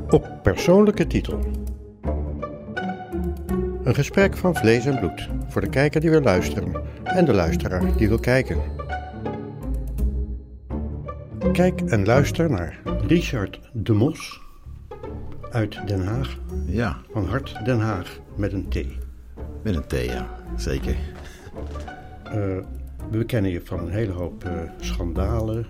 Op persoonlijke titel. Een gesprek van vlees en bloed voor de kijker die wil luisteren en de luisteraar die wil kijken. Kijk en luister naar Richard de Mos uit Den Haag. Ja. Van Hart Den Haag met een T. Met een T, ja. Zeker. We kennen je van een hele hoop schandalen,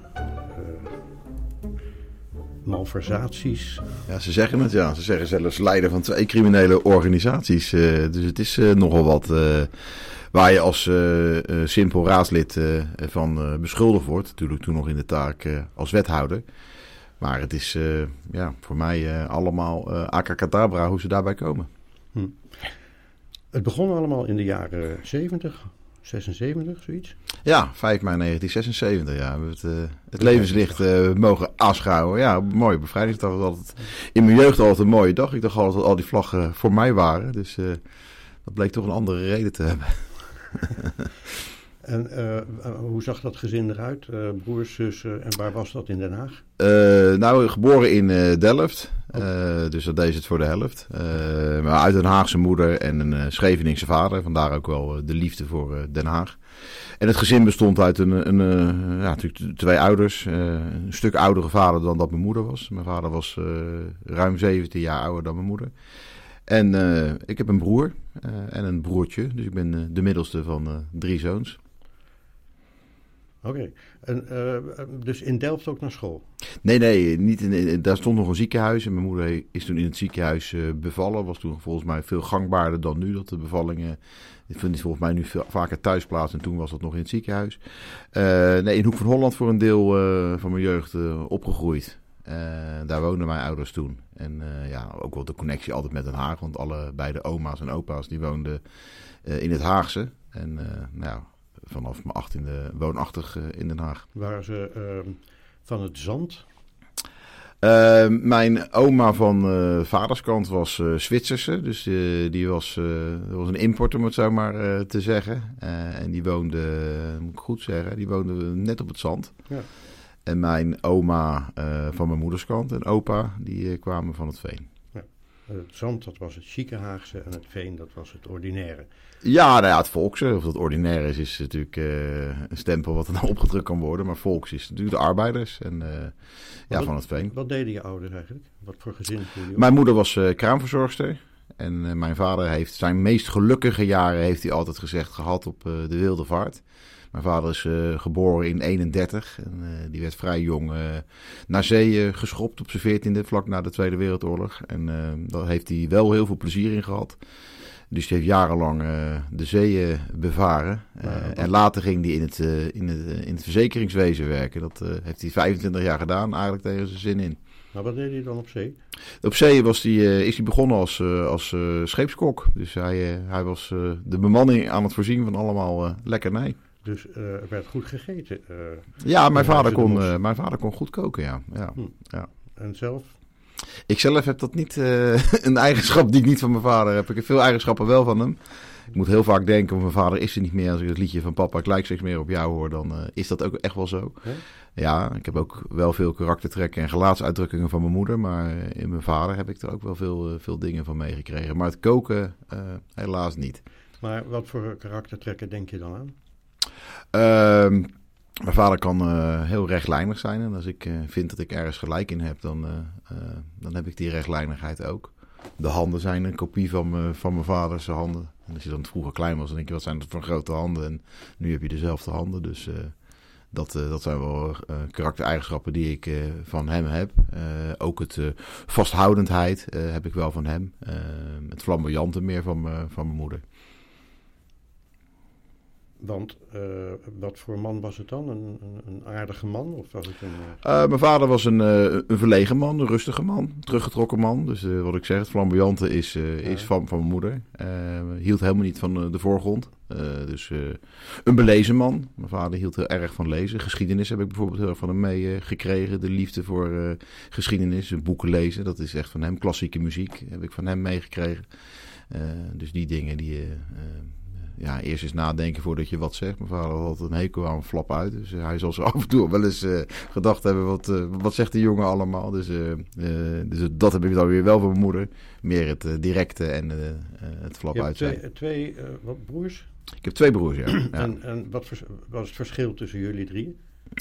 malversaties. Ja, ze zeggen het, ja. Ze zeggen zelfs leider van 2 criminele organisaties. Dus het is nogal wat waar je als simpel raadslid van beschuldigd wordt. Natuurlijk toen nog in de taak als wethouder. Maar het is voor mij allemaal abracadabra hoe ze daarbij komen. Het begon allemaal in de jaren 70, 76, zoiets. Ja, 5 mei 1976, ja. We hebben het levenslicht mogen aanschouwen. Ja, mooie bevrijdingsdag. Was altijd, in mijn jeugd altijd een mooie dag. Ik dacht altijd dat al die vlaggen voor mij waren. Dus dat bleek toch een andere reden te hebben. En hoe zag dat gezin eruit? Broers, zussen, en waar was dat in Den Haag? Geboren in Delft. Dus dat deed het voor de helft. Maar uit een Haagse moeder en een Scheveningse vader. Vandaar ook wel de liefde voor Den Haag. En het gezin bestond uit natuurlijk 2 ouders. Een stuk oudere vader dan dat mijn moeder was. Mijn vader was ruim 17 jaar ouder dan mijn moeder. En ik heb een broer en een broertje. Dus ik ben de middelste van 3 zoons. Oké. En dus in Delft ook naar school? Nee, niet daar stond nog een ziekenhuis. En mijn moeder is toen in het ziekenhuis bevallen. Was toen volgens mij veel gangbaarder dan nu. Dat de bevallingen, dit vindt volgens mij nu vaker thuis plaats. En toen was dat nog in het ziekenhuis. In Hoek van Holland voor een deel van mijn jeugd opgegroeid. Daar woonden mijn ouders toen. En ook wel de connectie altijd met Den Haag. Want allebei de oma's en opa's die woonden in het Haagse. En vanaf mijn 18e woonachtig in Den Haag. Waren ze van het Zand? Mijn oma van vaderskant was Zwitserse. Dus die was een importer, om het zo maar te zeggen. En die woonde, moet ik goed zeggen, die woonde net op het Zand. Ja. En mijn oma van mijn moederskant en opa, die kwamen van het Veen. Ja. Het Zand, dat was het chique Haagse en het Veen, dat was het ordinaire. Ja, het volkse, of dat ordinair is natuurlijk een stempel wat er dan opgedrukt kan worden. Maar volks is natuurlijk de arbeiders en van het Veen. Wat deden je ouders eigenlijk? Wat voor gezin voelde je? Mijn moeder was kraamverzorgster. En mijn vader heeft zijn meest gelukkige jaren, heeft hij altijd gezegd, gehad op de wilde vaart. Mijn vader is geboren in 31 en die werd vrij jong naar zee geschopt op zijn 14e, vlak na de Tweede Wereldoorlog. En daar heeft hij wel heel veel plezier in gehad. Dus die heeft jarenlang de zee bevaren. En later ging hij in het verzekeringswezen werken. Dat heeft hij 25 jaar gedaan, eigenlijk tegen zijn zin in. Maar wat deed hij dan op zee? Op zee is hij begonnen als scheepskok. Dus hij was de bemanning aan het voorzien van allemaal lekkernij. Dus er werd goed gegeten? Ja, mijn vader kon goed koken, ja. Ja. En zelf? Ik zelf heb dat niet een eigenschap die ik niet van mijn vader heb. Ik heb veel eigenschappen wel van hem. Ik moet heel vaak denken, mijn vader is er niet meer. Als ik het liedje van Papa, ik lijk steeds meer op jou hoor, dan is dat ook echt wel zo. Huh? Ja, ik heb ook wel veel karaktertrekken en gelaatsuitdrukkingen van mijn moeder. Maar in mijn vader heb ik er ook wel veel dingen van meegekregen. Maar het koken helaas niet. Maar wat voor karaktertrekken denk je dan aan? Mijn vader kan heel rechtlijnig zijn. En als ik vind dat ik ergens gelijk in heb, dan heb ik die rechtlijnigheid ook. De handen zijn een kopie van mijn vaders handen. En als je dan vroeger klein was, dan denk je, wat zijn dat voor grote handen? En nu heb je dezelfde handen. Dus dat zijn wel karaktereigenschappen die ik van hem heb. Ook het vasthoudendheid heb ik wel van hem. Het flamboyante meer van mijn moeder. Want wat voor man was het dan? Een aardige man? Of was het mijn vader was een verlegen man, een rustige man, teruggetrokken man. Dus wat ik zeg, het flamboyante is van mijn moeder. Hield helemaal niet van de voorgrond. Dus een belezen man. Mijn vader hield heel erg van lezen. Geschiedenis heb ik bijvoorbeeld heel erg van hem meegekregen. De liefde voor geschiedenis, boeken lezen, dat is echt van hem. Klassieke muziek heb ik van hem meegekregen. Dus die dingen die eerst eens nadenken voordat je wat zegt. Mijn vader had altijd een hekel aan flap uit. Dus hij zal zo af en toe wel eens gedacht hebben, wat zegt die jongen allemaal? Dus dat heb ik dan weer wel van mijn moeder. Meer het directe en het flap uit zijn. Je hebt twee broers? Ik heb 2 broers, ja. En wat was het verschil tussen jullie 3?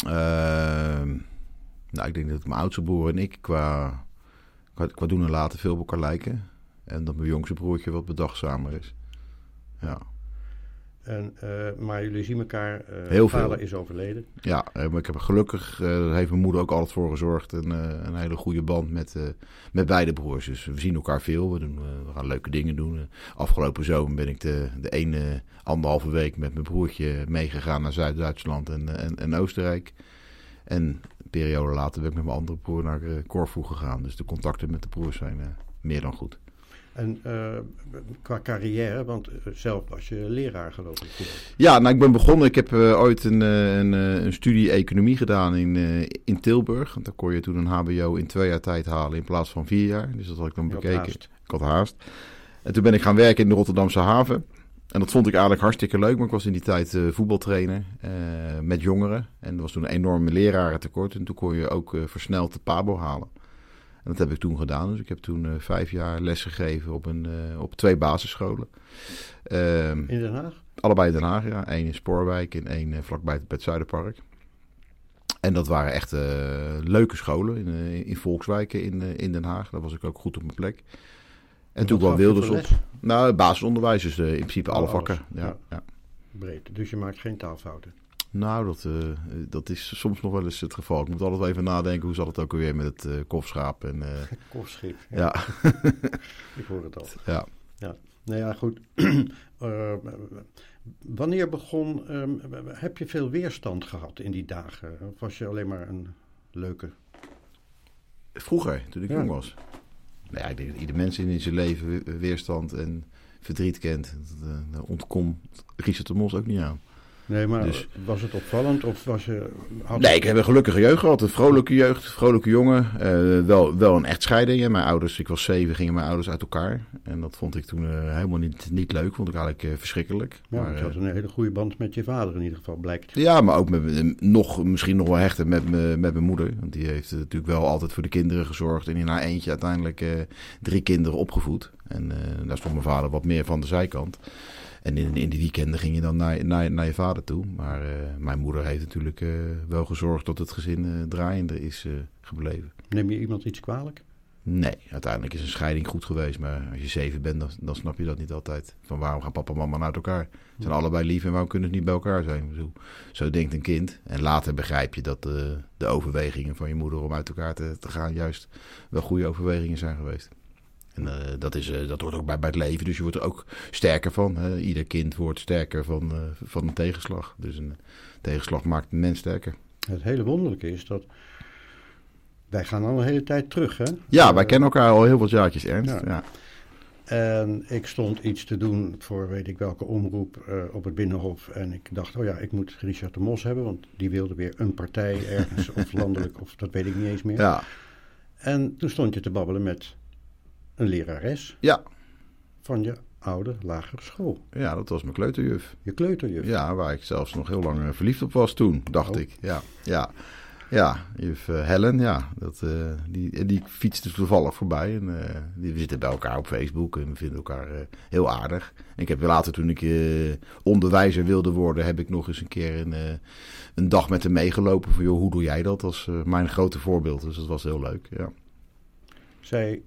Ik denk dat mijn oudste broer en ik qua doen en laten veel op elkaar lijken. En dat mijn jongste broertje wat bedachtzamer is. Ja. Maar jullie zien elkaar. Heel vader veel. is overleden. Ja, maar ik heb er gelukkig, daar heeft mijn moeder ook altijd voor gezorgd, een hele goede band met beide broers. Dus we zien elkaar veel, we gaan leuke dingen doen. Afgelopen zomer ben ik de ene 1,5 week met mijn broertje meegegaan naar Zuid-Duitsland en Oostenrijk. En een periode later ben ik met mijn andere broer naar Corfu gegaan. Dus de contacten met de broers zijn meer dan goed. En qua carrière, want zelf was je leraar geloof ik. Ja, ik ben begonnen. Ik heb ooit een studie economie gedaan in Tilburg. Want daar kon je toen een hbo in 2 jaar tijd halen in plaats van 4 jaar. Dus dat had ik dan bekeken. Ik had haast. En toen ben ik gaan werken in de Rotterdamse haven. En dat vond ik eigenlijk hartstikke leuk. Maar ik was in die tijd voetbaltrainer met jongeren. En er was toen een enorme lerarentekort. En toen kon je ook versneld de PABO halen. En dat heb ik toen gedaan. Dus ik heb toen 5 jaar les gegeven op 2 basisscholen. In Den Haag? Allebei in Den Haag, ja. 1 in Spoorwijk en 1 vlakbij het Zuiderpark. En dat waren echt leuke scholen in volkswijken in Den Haag. Daar was ik ook goed op mijn plek. En toen kwam Wilders op. Nou, basisonderwijs, dus in principe alle vakken. Ja. Breed, dus je maakt geen taalfouten? Nou, dat is soms nog wel eens het geval. Ik moet altijd wel even nadenken, hoe zat het ook alweer met het kofschaap. Kofschip, ja. Ik hoor het al. Ja. Nou ja, goed. Wanneer begon, heb je veel weerstand gehad in die dagen? Of was je alleen maar een leuke? Vroeger, toen ik jong was. Nou ja, ik denk dat ieder mens in zijn leven weerstand en verdriet kent. Daar ontkomt Richard de Mos ook niet aan. Nee, maar was het opvallend of was je... Ik heb een gelukkige jeugd gehad. Een vrolijke jeugd, een vrolijke jongen. Wel een echtscheiding. Mijn ouders, ik was 7, gingen mijn ouders uit elkaar. En dat vond ik toen helemaal niet leuk. Vond ik eigenlijk verschrikkelijk. Ja, maar je had een hele goede band met je vader in ieder geval, blijkt. Ja, maar ook misschien nog wel hechter met mijn moeder. Want die heeft natuurlijk wel altijd voor de kinderen gezorgd. En in haar eentje uiteindelijk 3 kinderen opgevoed. En daar stond mijn vader wat meer van de zijkant. En in die weekenden ging je dan naar je vader toe. Maar mijn moeder heeft natuurlijk wel gezorgd dat het gezin draaiende is gebleven. Neem je iemand iets kwalijk? Nee, uiteindelijk is een scheiding goed geweest. Maar als je 7 bent, dan snap je dat niet altijd. Van waarom gaan papa en mama uit elkaar? Ze zijn allebei lief en waarom kunnen ze niet bij elkaar zijn? Zo denkt een kind. En later begrijp je dat de overwegingen van je moeder om uit elkaar te gaan juist wel goede overwegingen zijn geweest. En dat hoort ook bij het leven, dus je wordt er ook sterker van. Hè? Ieder kind wordt sterker van een tegenslag. Dus een tegenslag maakt een mens sterker. Het hele wonderlijke is dat wij gaan al een hele tijd terug, hè? Ja, wij kennen elkaar al heel wat jaartjes, Ernst. Ja. En ik stond iets te doen voor weet ik welke omroep op het Binnenhof. En ik dacht, ik moet Richard de Mos hebben, want die wilde weer een partij ergens of landelijk, of dat weet ik niet eens meer. Ja. En toen stond je te babbelen met een lerares. Ja. Van je oude lagere school. Ja, dat was mijn kleuterjuf. Je kleuterjuf? Ja, waar ik zelfs nog heel lang verliefd op was toen, dacht ik. Ja, juf Helen, ja. Die fietste toevallig voorbij. En we zitten bij elkaar op Facebook en we vinden elkaar heel aardig. En ik heb later, toen ik onderwijzer wilde worden, heb ik nog eens een keer een dag met hem meegelopen. Van, joh, hoe doe jij dat? Dat was mijn grote voorbeeld. Dus dat was heel leuk, ja. Zij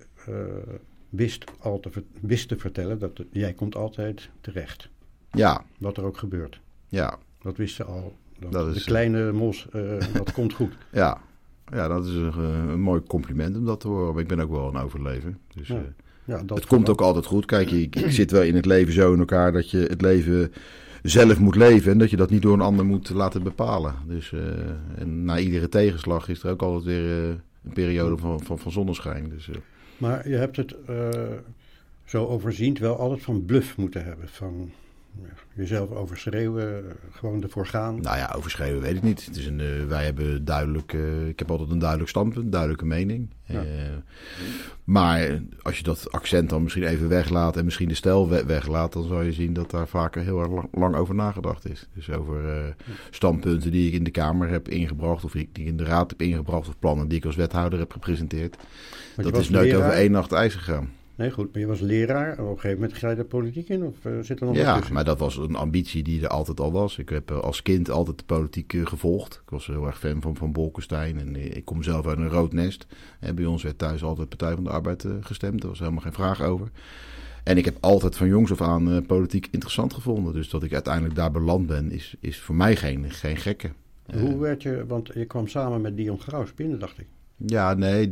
wist te vertellen dat jij komt altijd terecht. Ja. Wat er ook gebeurt. Ja. Dat wist ze al. Dat de kleine Mos, dat komt goed. Ja, dat is een mooi compliment om dat te horen. Maar ik ben ook wel een overlever. Dus het komt ook altijd goed. Kijk, ik zit wel in het leven zo in elkaar dat je het leven zelf moet leven. En dat je dat niet door een ander moet laten bepalen. Dus en na iedere tegenslag is er ook altijd weer een periode van zonneschijn. Dus, maar je hebt het zo overziend wel altijd van bluff moeten hebben. Van jezelf overschreeuwen, gewoon ervoor gaan. Nou ja, overschreeuwen weet ik niet. Het is wij hebben duidelijk, ik heb altijd een duidelijk standpunt, een duidelijke mening. Ja. Maar als je dat accent dan misschien even weglaat en misschien de stijl weglaat, dan zal je zien dat daar vaker heel erg lang over nagedacht is. Dus over standpunten die ik in de Kamer heb ingebracht, of die ik in de Raad heb ingebracht, of plannen die ik als wethouder heb gepresenteerd. Dat is nooit over 1 nacht ijs gegaan. Nee, goed, maar je was leraar. Op een gegeven moment ga je de politiek in? Of zit er nog wat tussen? Ja, maar dat was een ambitie die er altijd al was. Ik heb als kind altijd de politiek gevolgd. Ik was heel erg fan van Bolkestein. En ik kom zelf uit een rood nest. Bij ons werd thuis altijd Partij van de Arbeid gestemd. Daar was helemaal geen vraag over. En ik heb altijd van jongs af aan politiek interessant gevonden. Dus dat ik uiteindelijk daar beland ben, is voor mij geen gekke. Hoe werd je... Want je kwam samen met Dion Graus binnen, dacht ik. Ja, nee,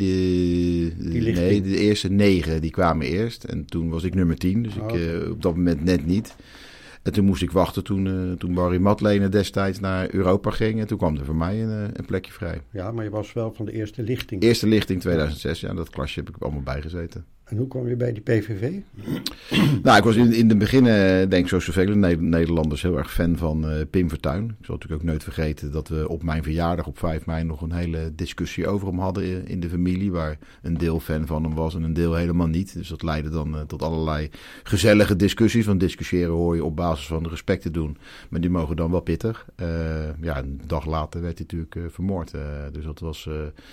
de eerste 9 die kwamen eerst. En toen was ik nummer 10, dus ik op dat moment net niet. En toen moest ik wachten toen Barry Matlener destijds naar Europa ging. En toen kwam er voor mij een plekje vrij. Ja, maar je was wel van de eerste lichting. Eerste lichting 2006, ja, dat klasje heb ik allemaal bijgezeten. En hoe kwam je bij die PVV? Nou, ik was in het begin, denk ik zoals zoveel Nederlanders, heel erg fan van Pim Fortuyn. Ik zal natuurlijk ook nooit vergeten dat we op mijn verjaardag op 5 mei nog een hele discussie over hem hadden in de familie. Waar een deel fan van hem was en een deel helemaal niet. Dus dat leidde dan tot allerlei gezellige discussies. Want discussiëren hoor je op basis van respect te doen. Maar die mogen dan wel pittig. Een dag later werd hij natuurlijk vermoord. Dus dat was...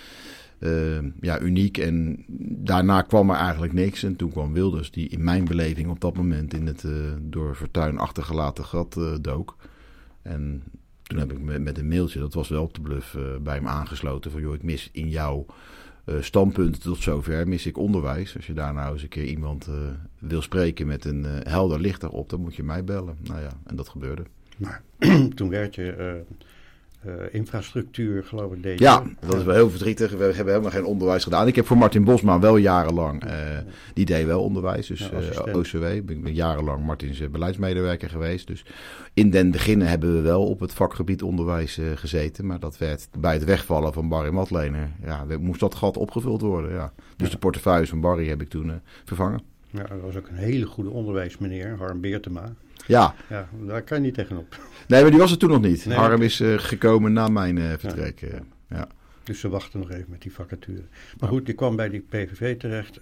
uniek. En daarna kwam er eigenlijk niks. En toen kwam Wilders, die in mijn beleving op dat moment in het door Fortuyn achtergelaten gat dook. En toen heb ik met een mailtje, dat was wel op de bluff, bij hem aangesloten. Van joh, ik mis in jouw standpunt tot zover, mis ik onderwijs. Als je daar nou eens een keer iemand wil spreken met een helder licht erop, dan moet je mij bellen. Nou ja, en dat gebeurde. Maar toen werd je... infrastructuur, geloof ik, deed. Ja, dat is wel heel verdrietig. We hebben helemaal geen onderwijs gedaan. Ik heb voor Martin Bosma wel jarenlang, die deed wel onderwijs. Dus OCW, ik ben jarenlang Martins beleidsmedewerker geweest. Dus in den beginnen hebben we wel op het vakgebied onderwijs gezeten. Maar dat werd bij het wegvallen van Barry Matlener. Ja, moest dat gat opgevuld worden. Ja. Dus de portefeuille van Barry heb ik toen vervangen. Ja, dat was ook een hele goede onderwijsmeneer, Harm Beertema. Ja, daar kan je niet tegenop. Nee, maar die was er toen nog niet. Nee. Harm is gekomen na mijn vertrek. Ja. Dus ze wachten nog even met die vacature. Maar goed, je kwam bij die PVV terecht.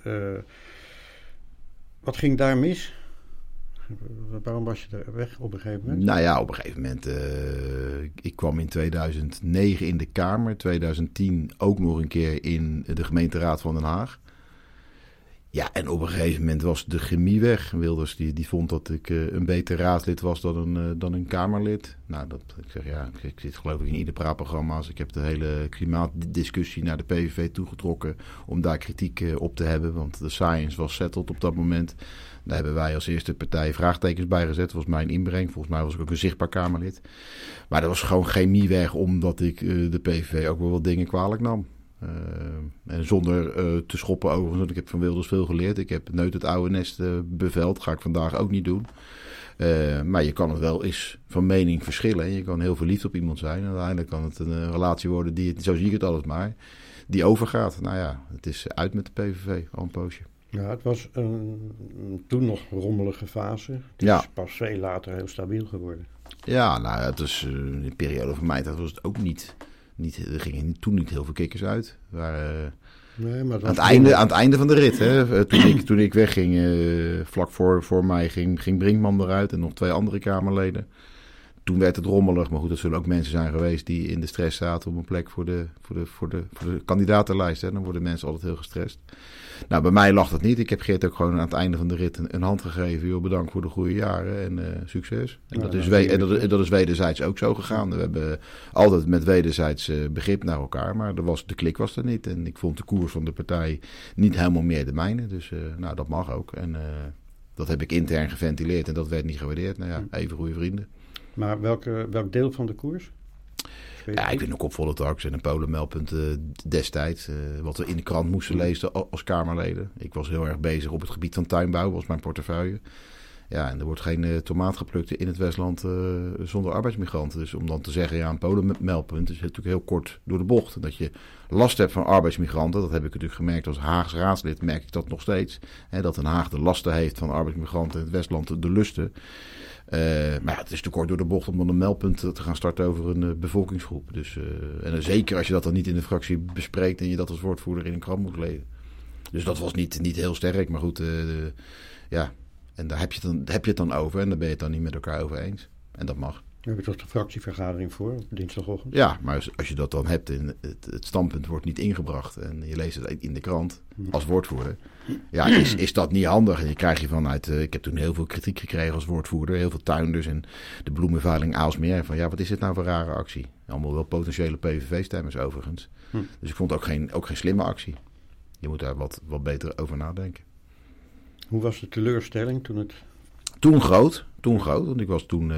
Wat ging daar mis? Waarom was je daar weg op een gegeven moment? Nou ja, op een gegeven moment... ik kwam in 2009 in de Kamer. 2010 ook nog een keer in de gemeenteraad van Den Haag. Ja, en op een gegeven moment was de chemie weg. Wilders die vond dat ik een beter raadslid was dan een Kamerlid. Nou, ik zeg ja, ik zit geloof ik in ieder praatprogramma's. Ik heb de hele klimaatdiscussie naar de PVV toegetrokken om daar kritiek op te hebben. Want de science was settled op dat moment. Daar hebben wij als eerste partij vraagtekens bij gezet. Dat was mijn inbreng. Volgens mij was ik ook een zichtbaar Kamerlid. Maar er was gewoon chemie weg omdat ik de PVV ook wel wat dingen kwalijk nam. En zonder te schoppen overigens, want ik heb van Wilders veel geleerd. Ik heb nooit het oude nest beveld, ga ik vandaag ook niet doen. Maar je kan het wel eens van mening verschillen. En je kan heel verliefd op iemand zijn. En uiteindelijk kan het een relatie worden die, zo zie ik het altijd maar, die overgaat. Nou ja, het is uit met de PVV, al een poosje. Ja, het was toen nog rommelige fase. Het is pas veel later heel stabiel geworden. Ja, nou het is in de periode van mij dat was het ook niet. Er gingen toen niet heel veel kikkers uit. Nee, maar aan het einde van de rit. Hè, toen ik wegging, vlak voor mij ging Brinkman eruit en nog 2 andere Kamerleden. Toen werd het rommelig. Maar goed, dat zullen ook mensen zijn geweest die in de stress zaten op een plek voor de kandidatenlijst. Hè. Dan worden mensen altijd heel gestrest. Nou, bij mij lag dat niet. Ik heb Geert ook gewoon aan het einde van de rit een hand gegeven. Joh, bedankt voor de goede jaren en succes. En dat is wederzijds ook zo gegaan. We hebben altijd met wederzijds begrip naar elkaar. Maar de klik was er niet. En ik vond de koers van de partij niet helemaal meer de mijne. Dus dat mag ook. En dat heb ik intern geventileerd en dat werd niet gewaardeerd. Nou ja, even goede vrienden. Maar welk deel van de koers? Ja, ik vind ook op volle tax en een Polenmeldpunt destijds. Wat we in de krant moesten lezen als Kamerleden. Ik was heel erg bezig op het gebied van tuinbouw, was mijn portefeuille. Ja, en er wordt geen tomaat geplukt in het Westland zonder arbeidsmigranten. Dus om dan te zeggen, ja, een Polenmeldpunt is natuurlijk heel kort door de bocht. Dat je last hebt van arbeidsmigranten, dat heb ik natuurlijk gemerkt als Haags raadslid, merk ik dat nog steeds. Hè, dat Den Haag de lasten heeft van arbeidsmigranten in het Westland, de lusten. Maar ja, het is te kort door de bocht om dan een meldpunt te gaan starten over een bevolkingsgroep. Dus, en zeker als je dat dan niet in de fractie bespreekt en je dat als woordvoerder in een krant moet lezen. Dus dat was niet heel sterk. Maar goed, en daar heb je het dan over. En daar ben je het dan niet met elkaar over eens. En dat mag. We hebben toch de fractievergadering voor op dinsdagochtend? Ja, maar als je dat dan hebt en het standpunt wordt niet ingebracht en je leest het in de krant als woordvoerder, ja, is dat niet handig. En je krijg je vanuit, ik heb toen heel veel kritiek gekregen als woordvoerder, heel veel tuinders en de bloemenveiling Aalsmeer. Van ja, wat is dit nou voor rare actie? Allemaal wel potentiële PVV-stemmers overigens. Dus ik vond het ook geen slimme actie. Je moet daar wat beter over nadenken. Hoe was de teleurstelling toen het... Toen groot, want ik was toen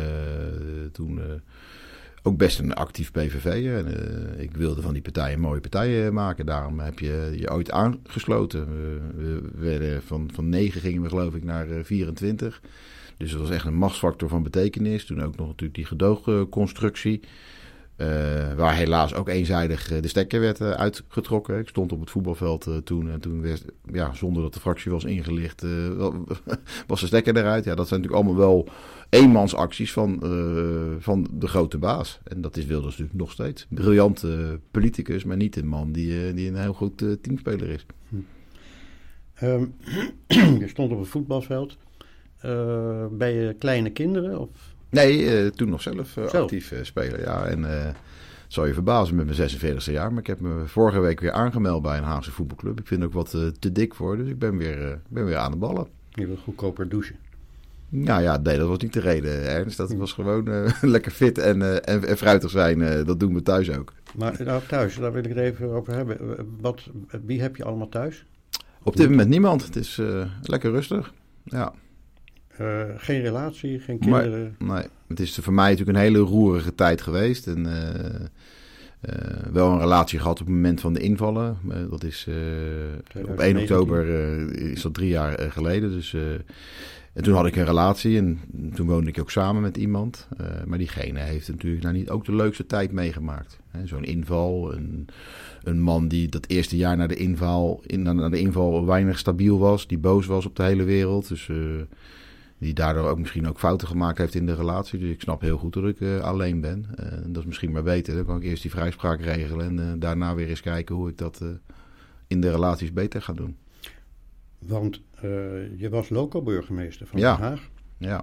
ook best een actief PVV'er. En ik wilde van die partijen mooie partijen maken. Daarom heb je ooit aangesloten. We werden van 9 gingen we geloof ik naar 24. Dus dat was echt een machtsfactor van betekenis. Toen ook nog natuurlijk die gedoogconstructie. Waar helaas ook eenzijdig de stekker werd uitgetrokken. Ik stond op het voetbalveld toen. En toen werd, zonder dat de fractie was ingelicht, was de stekker eruit. Ja, dat zijn natuurlijk allemaal wel eenmansacties van de grote baas. En dat is Wilders natuurlijk nog steeds. Briljante politicus, maar niet een man die een heel goed teamspeler is. Je stond op het voetbalveld. Bij je kleine kinderen? Of... Nee, toen nog zelf actief spelen. Ja, en het zal je verbazen met mijn 46e jaar. Maar ik heb me vorige week weer aangemeld bij een Haagse voetbalclub. Ik vind ook wat te dik voor, dus ik ben weer aan de ballen. Je wilt goedkoper douchen? Nou ja, nee, dat was niet de reden, Ernst. Dat was gewoon lekker fit en fruitig zijn. Dat doen we thuis ook. Maar nou, thuis, daar wil ik het even over hebben. Wie heb je allemaal thuis? Op dit moment niemand. Het is lekker rustig, ja. Geen relatie, geen kinderen? Nee, het is voor mij natuurlijk een hele roerige tijd geweest. En wel een relatie gehad op het moment van de invallen. Dat is op 1 oktober is dat 3 jaar geleden. Dus, en toen had ik een relatie en toen woonde ik ook samen met iemand. Maar diegene heeft natuurlijk niet ook de leukste tijd meegemaakt. Zo'n inval, een man die dat eerste jaar na de inval weinig stabiel was. Die boos was op de hele wereld. Dus... die daardoor ook misschien ook fouten gemaakt heeft in de relatie. Dus ik snap heel goed dat ik alleen ben. Dat is misschien maar beter. Dan kan ik eerst die vrijspraak regelen en daarna weer eens kijken hoe ik dat in de relaties beter ga doen. Want je was loco-burgemeester van Den Haag. Ja.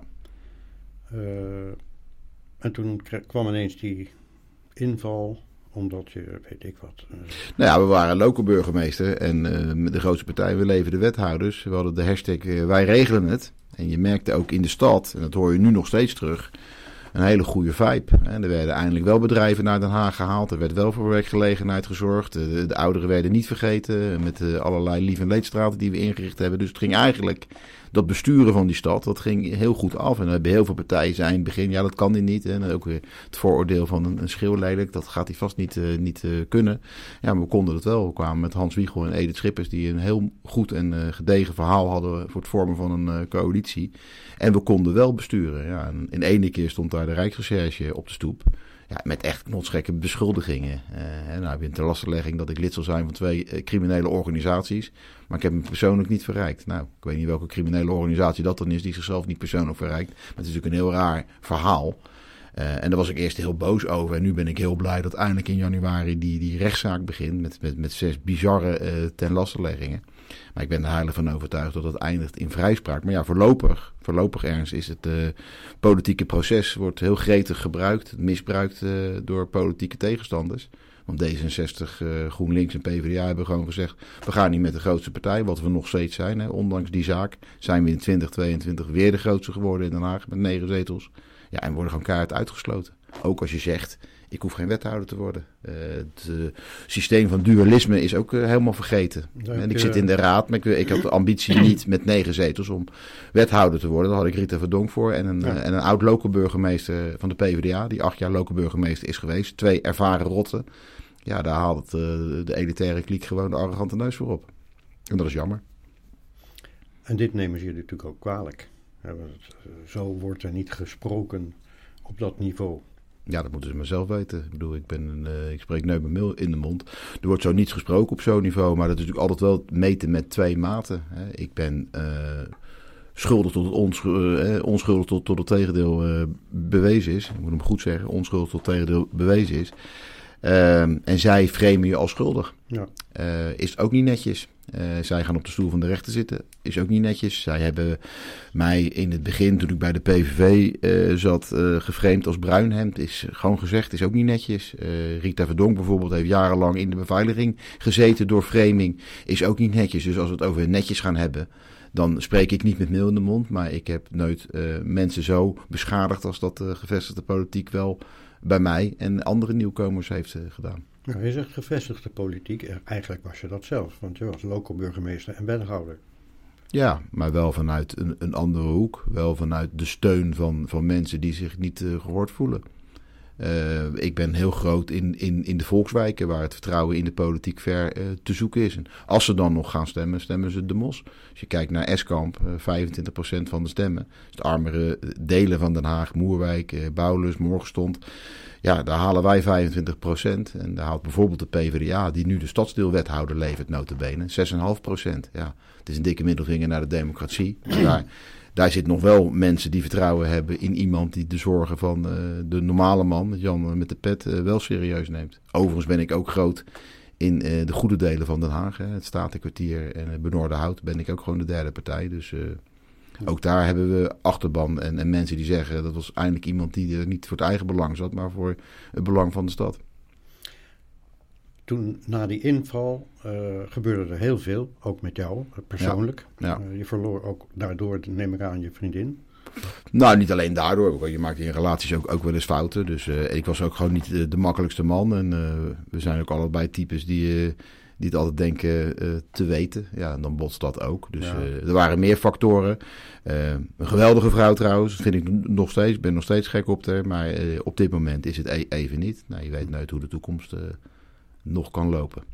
En toen kwam ineens die inval, omdat je, weet ik wat... Nou ja, we waren loco-burgemeester en met de grootste partij, we leven de wethouders. We hadden de hashtag wij regelen het. En je merkte ook in de stad, en dat hoor je nu nog steeds terug, een hele goede vibe. En er werden eindelijk wel bedrijven naar Den Haag gehaald. Er werd wel voor werkgelegenheid gezorgd. De ouderen werden niet vergeten met allerlei lief- en leedstraten die we ingericht hebben. Dus het ging eigenlijk, dat besturen van die stad, dat ging heel goed af. En er hebben heel veel partijen zijn in het begin, ja dat kan die niet. En ook weer het vooroordeel van een schreeuwlelijk, dat gaat hij vast niet kunnen. Ja, maar we konden het wel. We kwamen met Hans Wiegel en Edith Schippers die een heel goed en gedegen verhaal hadden voor het vormen van een coalitie. En we konden wel besturen. Ja, en in ene keer stond daar de Rijksrecherche op de stoep. Ja, met echt knotsgekke beschuldigingen. Nou heb je een terlassenlegging dat ik lid zal zijn van 2 criminele organisaties. Maar ik heb me persoonlijk niet verrijkt. Nou, ik weet niet welke criminele organisatie dat dan is die zichzelf niet persoonlijk verrijkt. Maar het is natuurlijk een heel raar verhaal. En daar was ik eerst heel boos over. En nu ben ik heel blij dat eindelijk in januari die rechtszaak begint met 6 bizarre tenlassenleggingen. Maar ik ben er heilig van overtuigd dat het eindigt in vrijspraak. Maar ja, voorlopig Ernst is het politieke proces wordt heel gretig gebruikt, misbruikt door politieke tegenstanders. Want D66, GroenLinks en PvdA hebben gewoon gezegd, we gaan niet met de grootste partij, wat we nog steeds zijn. Hè. Ondanks die zaak zijn we in 2022 weer de grootste geworden in Den Haag met 9 zetels. Ja, en worden gewoon keihard uitgesloten. Ook als je zegt, ik hoef geen wethouder te worden. Het systeem van dualisme is ook helemaal vergeten. En ik zit in de raad, maar ik had de ambitie niet met 9 zetels om wethouder te worden. Daar had ik Rita Verdonk voor en een oud loco-burgemeester van de PvdA, die 8 jaar loco-burgemeester is geweest. 2 ervaren rotten. Ja, daar haalt de elitaire kliek gewoon de arrogante neus voor op. En dat is jammer. En dit nemen ze je natuurlijk ook kwalijk. Zo wordt er niet gesproken op dat niveau. Ja, dat moeten ze maar zelf weten. Ik bedoel, ik spreek nooit mijn meel in de mond. Er wordt zo niets gesproken op zo'n niveau, maar dat is natuurlijk altijd wel meten met 2 maten. Ik ben schuldig tot het onschuldig tot het tegendeel bewezen is. Ik moet hem goed zeggen, onschuldig tot het tegendeel bewezen is. En zij framen je als schuldig. Ja. Is ook niet netjes. Zij gaan op de stoel van de rechter zitten. Is ook niet netjes. Zij hebben mij in het begin, toen ik bij de PVV zat, geframed als bruinhemd. Is gewoon gezegd, is ook niet netjes. Rita Verdonk bijvoorbeeld heeft jarenlang in de beveiliging gezeten door framing. Is ook niet netjes. Dus als we het over netjes gaan hebben, dan spreek ik niet met meel in de mond. Maar ik heb nooit mensen zo beschadigd als dat gevestigde politiek wel bij mij en andere nieuwkomers heeft gedaan. Nou, je zegt gevestigde politiek. Eigenlijk was je dat zelf, want je was lokaal burgemeester en wethouder. Ja, maar wel vanuit een andere hoek. Wel vanuit de steun van mensen die zich niet gehoord voelen. Ik ben heel groot in de volkswijken waar het vertrouwen in de politiek ver te zoeken is. En als ze dan nog gaan stemmen, stemmen ze de mos. Als je kijkt naar Eskamp, 25% van de stemmen. Dus de armere delen van Den Haag, Moerwijk, Bouwlus, Morgenstond. Ja, daar halen wij 25%. En daar haalt bijvoorbeeld de PvdA, die nu de stadsdeelwethouder levert, nota bene, 6,5%. Ja, het is een dikke middelvinger naar de democratie. Daar zit nog wel mensen die vertrouwen hebben in iemand die de zorgen van de normale man, Jan met de pet, wel serieus neemt. Overigens ben ik ook groot in de goede delen van Den Haag. Het Statenkwartier en Benoordenhout ben ik ook gewoon de derde partij. Dus ook daar hebben we achterban en mensen die zeggen dat was eindelijk iemand die er niet voor het eigen belang zat, maar voor het belang van de stad. Toen, na die inval, gebeurde er heel veel, ook met jou persoonlijk. Ja. Je verloor ook daardoor, neem ik aan, je vriendin. Nou, niet alleen daardoor. Je maakt in relaties ook wel eens fouten. Dus ik was ook gewoon niet de makkelijkste man. En we zijn ook allebei types die het altijd denken te weten. Ja, en dan botst dat ook. Dus er waren meer factoren. Een geweldige vrouw trouwens, vind ik nog steeds. Ik ben nog steeds gek op haar. Maar op dit moment is het even niet. Nou, je weet nooit hoe de toekomst nog kan lopen.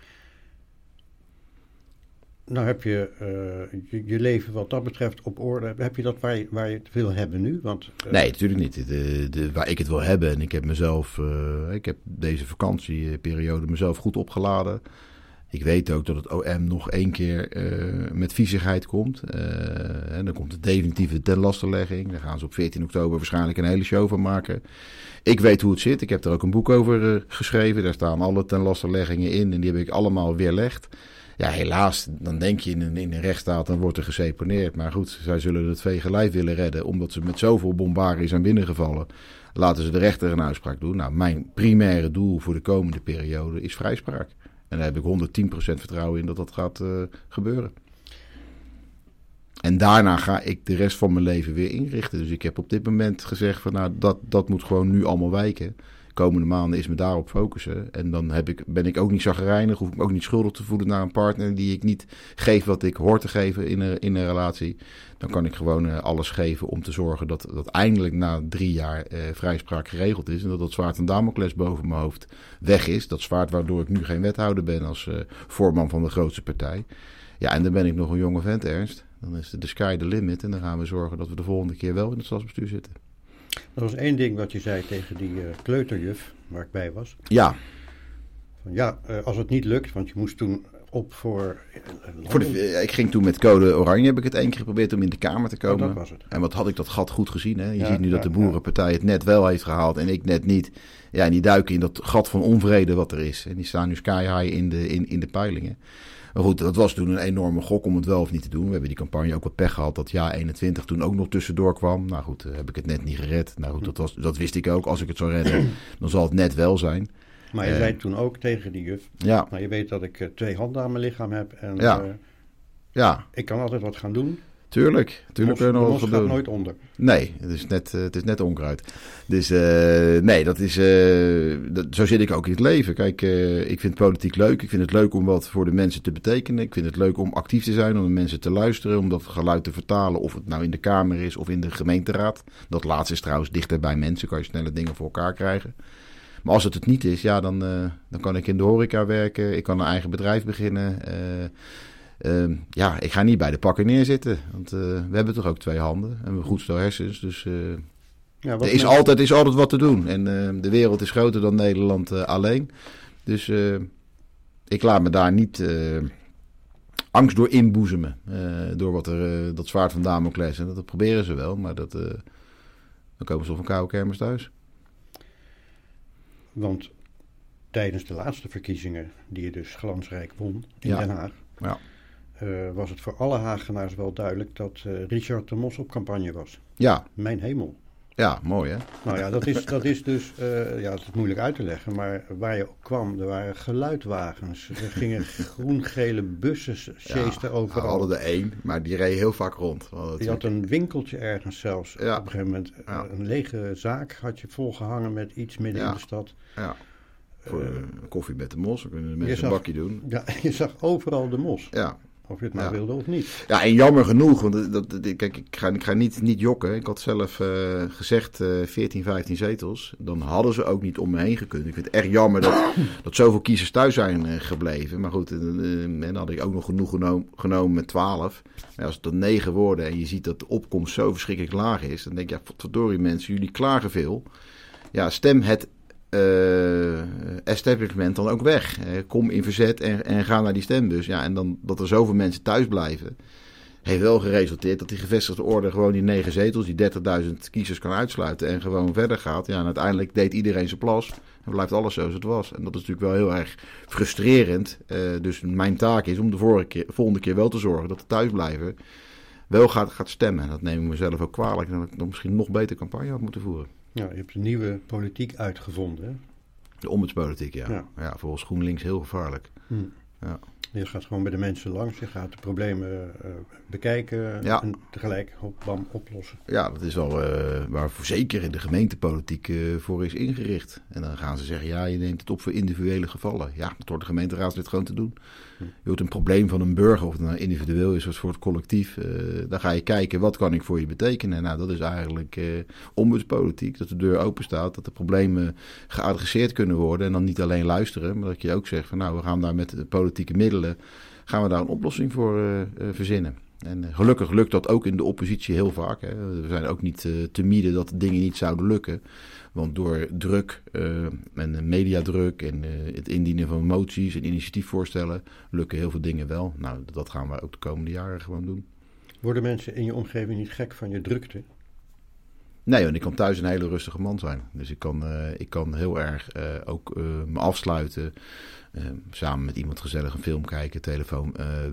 Nou heb je je leven wat dat betreft op orde. Heb je dat waar je het wil hebben nu? Want, nee, natuurlijk niet. Waar ik het wil hebben. En ik heb mezelf, ik heb deze vakantieperiode mezelf goed opgeladen. Ik weet ook dat het OM nog 1 keer met viezigheid komt. En dan komt de definitieve tenlastenlegging. Daar gaan ze op 14 oktober waarschijnlijk een hele show van maken. Ik weet hoe het zit. Ik heb er ook een boek over geschreven. Daar staan alle tenlastenleggingen in. En die heb ik allemaal weerlegd. Ja, helaas, dan denk je in een rechtsstaat, dan wordt er geseponeerd. Maar goed, zij zullen het vege lijf willen redden. Omdat ze met zoveel bombarie zijn binnengevallen. Laten ze de rechter een uitspraak doen. Nou, mijn primaire doel voor de komende periode is vrijspraak. En daar heb ik 110% vertrouwen in dat gaat gebeuren. En daarna ga ik de rest van mijn leven weer inrichten. Dus ik heb op dit moment gezegd van nou, dat moet gewoon nu allemaal wijken. Komende maanden is me daarop focussen. En dan ben ik ook niet chagrijnig, hoef ik me ook niet schuldig te voelen naar een partner die ik niet geef wat ik hoor te geven in een relatie. Dan kan ik gewoon alles geven om te zorgen dat eindelijk na 3 jaar vrijspraak geregeld is. En dat zwaard van Damocles boven mijn hoofd weg is. Dat zwaard waardoor ik nu geen wethouder ben als voorman van de grootste partij. Ja, en dan ben ik nog een jonge vent, Ernst. Dan is de sky the limit. En dan gaan we zorgen dat we de volgende keer wel in het stadsbestuur zitten. Er was 1 ding wat je zei tegen die kleuterjuf waar ik bij was. Ja. Van, als het niet lukt, want je moest toen op voor ik ging toen met code oranje, heb ik het 1 keer geprobeerd om in de Kamer te komen. Dat was het. En wat had ik dat gat goed gezien. Hè? Je ziet nu dat de boerenpartij het net wel heeft gehaald en ik net niet. Ja, en die duiken in dat gat van onvrede wat er is. En die staan nu sky high in de peilingen. Maar goed, dat was toen een enorme gok om het wel of niet te doen. We hebben die campagne ook wat pech gehad dat jaar 21 toen ook nog tussendoor kwam. Nou goed, heb ik het net niet gered. Nou goed, dat wist ik ook. Als ik het zou redden, dan zal het net wel zijn. Maar je zei toen ook tegen die juf, ja. Nou, je weet dat ik 2 handen aan mijn lichaam heb en ik kan altijd wat gaan doen. Tuurlijk kun je nog wat gaat doen. Nooit onder. Nee, het is net onkruid. Dus nee, dat is, zo zit ik ook in het leven. Kijk, ik vind politiek leuk. Ik vind het leuk om wat voor de mensen te betekenen. Ik vind het leuk om actief te zijn, om de mensen te luisteren, om dat geluid te vertalen. Of het nou in de Kamer is of in de gemeenteraad. Dat laatste is trouwens dichter bij mensen. Kan je sneller dingen voor elkaar krijgen. Maar als het niet is, ja, dan kan ik in de horeca werken. Ik kan een eigen bedrijf beginnen. Ik ga niet bij de pakken neerzitten. Want we hebben toch ook 2 handen. En een goed stel hersens. Dus er is altijd wat te doen. En de wereld is groter dan Nederland alleen. Dus ik laat me daar niet angst door inboezemen. Door dat zwaard van Damocles. En dat proberen ze wel. Maar dan komen ze op een koude kermis thuis. Want tijdens de laatste verkiezingen, die je dus glansrijk won in Den Haag, was het voor alle Hagenaars wel duidelijk dat Richard de Mos op campagne was. Ja. Mijn hemel. Ja, mooi hè? Nou ja, dat is dus, het is moeilijk uit te leggen, maar waar je ook kwam, er waren geluidwagens. Er gingen groen-gele bussen, sjeesten overal. We hadden er één, maar die reed heel vaak rond. Je had een winkeltje ergens zelfs, op een gegeven moment. Een lege zaak had je volgehangen met iets midden in de stad. Ja, voor koffie met de Mos, dan kunnen de mensen een bakje doen. Ja, je zag overal de Mos. Ja. Of je het nou wilde of niet. Ja, en jammer genoeg, want kijk, ik ga niet jokken. Ik had zelf gezegd 14, 15 zetels. Dan hadden ze ook niet om me heen gekund. Ik vind het echt jammer dat zoveel kiezers thuis zijn gebleven. Maar goed, dan had ik ook nog genoeg genomen met 12. Maar als het dan 9 worden en je ziet dat de opkomst zo verschrikkelijk laag is. Dan denk je, verdorie mensen, jullie klagen veel. Ja, stem het establishment dan ook weg. Kom in verzet en ga naar die stembus. Ja, en dan dat er zoveel mensen thuis blijven, heeft wel geresulteerd dat die gevestigde orde gewoon die 9 zetels, die 30.000 kiezers kan uitsluiten en gewoon verder gaat. Ja, en uiteindelijk deed iedereen zijn plas en blijft alles zoals het was. En dat is natuurlijk wel heel erg frustrerend. Dus mijn taak is om de volgende keer wel te zorgen dat de thuisblijver wel gaat stemmen. En dat neem ik mezelf ook kwalijk. Dat ik dan misschien nog beter campagne had moeten voeren. Ja, je hebt een nieuwe politiek uitgevonden, hè? De ombudspolitiek, ja. Volgens GroenLinks heel gevaarlijk. Ja. Je gaat gewoon bij de mensen langs, je gaat de problemen bekijken en tegelijk bam, oplossen. Ja, dat is al waar zeker in de gemeentepolitiek voor is ingericht. En dan gaan ze zeggen, ja, je neemt het op voor individuele gevallen. Ja, dat hoort de gemeenteraadslid gewoon te doen. Je hoort een probleem van een burger, of het nou individueel is of voor het collectief. Dan ga je kijken, wat kan ik voor je betekenen? Nou, dat is eigenlijk ombudspolitiek. Dat de deur open staat, dat de problemen geadresseerd kunnen worden. En dan niet alleen luisteren, maar dat je ook zegt van, nou, we gaan daar met politieke middelen, gaan we daar een oplossing voor verzinnen. En gelukkig lukt dat ook in de oppositie heel vaak. Hè. We zijn ook niet te mieden dat dingen niet zouden lukken. Want door druk en mediadruk en het indienen van moties en initiatiefvoorstellen lukken heel veel dingen wel. Nou, dat gaan we ook de komende jaren gewoon doen. Worden mensen in je omgeving niet gek van je drukte? Nee, want ik kan thuis een hele rustige man zijn. Dus ik kan heel erg ook me afsluiten. Samen met iemand gezellig een film kijken, telefoon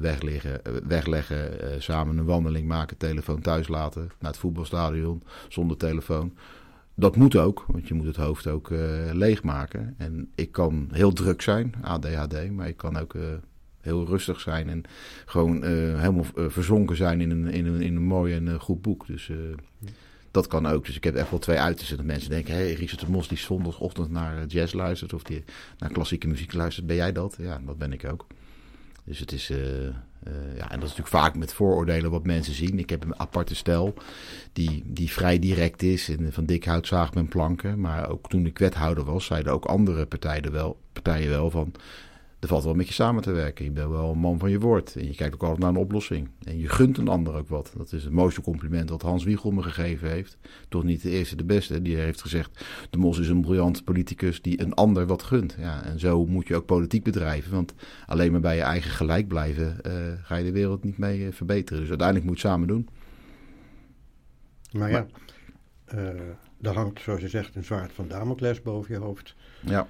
wegleggen, samen een wandeling maken, telefoon thuis laten, naar het voetbalstadion zonder telefoon. Dat moet ook, want je moet het hoofd ook leegmaken. En ik kan heel druk zijn, ADHD, maar ik kan ook heel rustig zijn en gewoon helemaal verzonken zijn in een mooi en goed boek. Dus dat kan ook. Dus ik heb echt wel 2 uitersten. Dat mensen denken, hey, Richard de Mos die zondagochtend naar jazz luistert of die naar klassieke muziek luistert. Ben jij dat? Ja, dat ben ik ook. Dus het is, en dat is natuurlijk vaak met vooroordelen wat mensen zien. Ik heb een aparte stijl die vrij direct is. En van dik hout zaagt men planken. Maar ook toen ik wethouder was, zeiden ook andere partijen wel van, er valt wel met je samen te werken. Je bent wel een man van je woord. En je kijkt ook altijd naar een oplossing. En je gunt een ander ook wat. Dat is het mooiste compliment dat Hans Wiegel me gegeven heeft. Toch niet de eerste, de beste. Die heeft gezegd, de Mos is een briljant politicus die een ander wat gunt. Ja, en zo moet je ook politiek bedrijven. Want alleen maar bij je eigen gelijk blijven ga je de wereld niet mee verbeteren. Dus uiteindelijk moet je het samen doen. Maar ja, er hangt, zoals je zegt, een zwaard van Damocles boven je hoofd. Ja.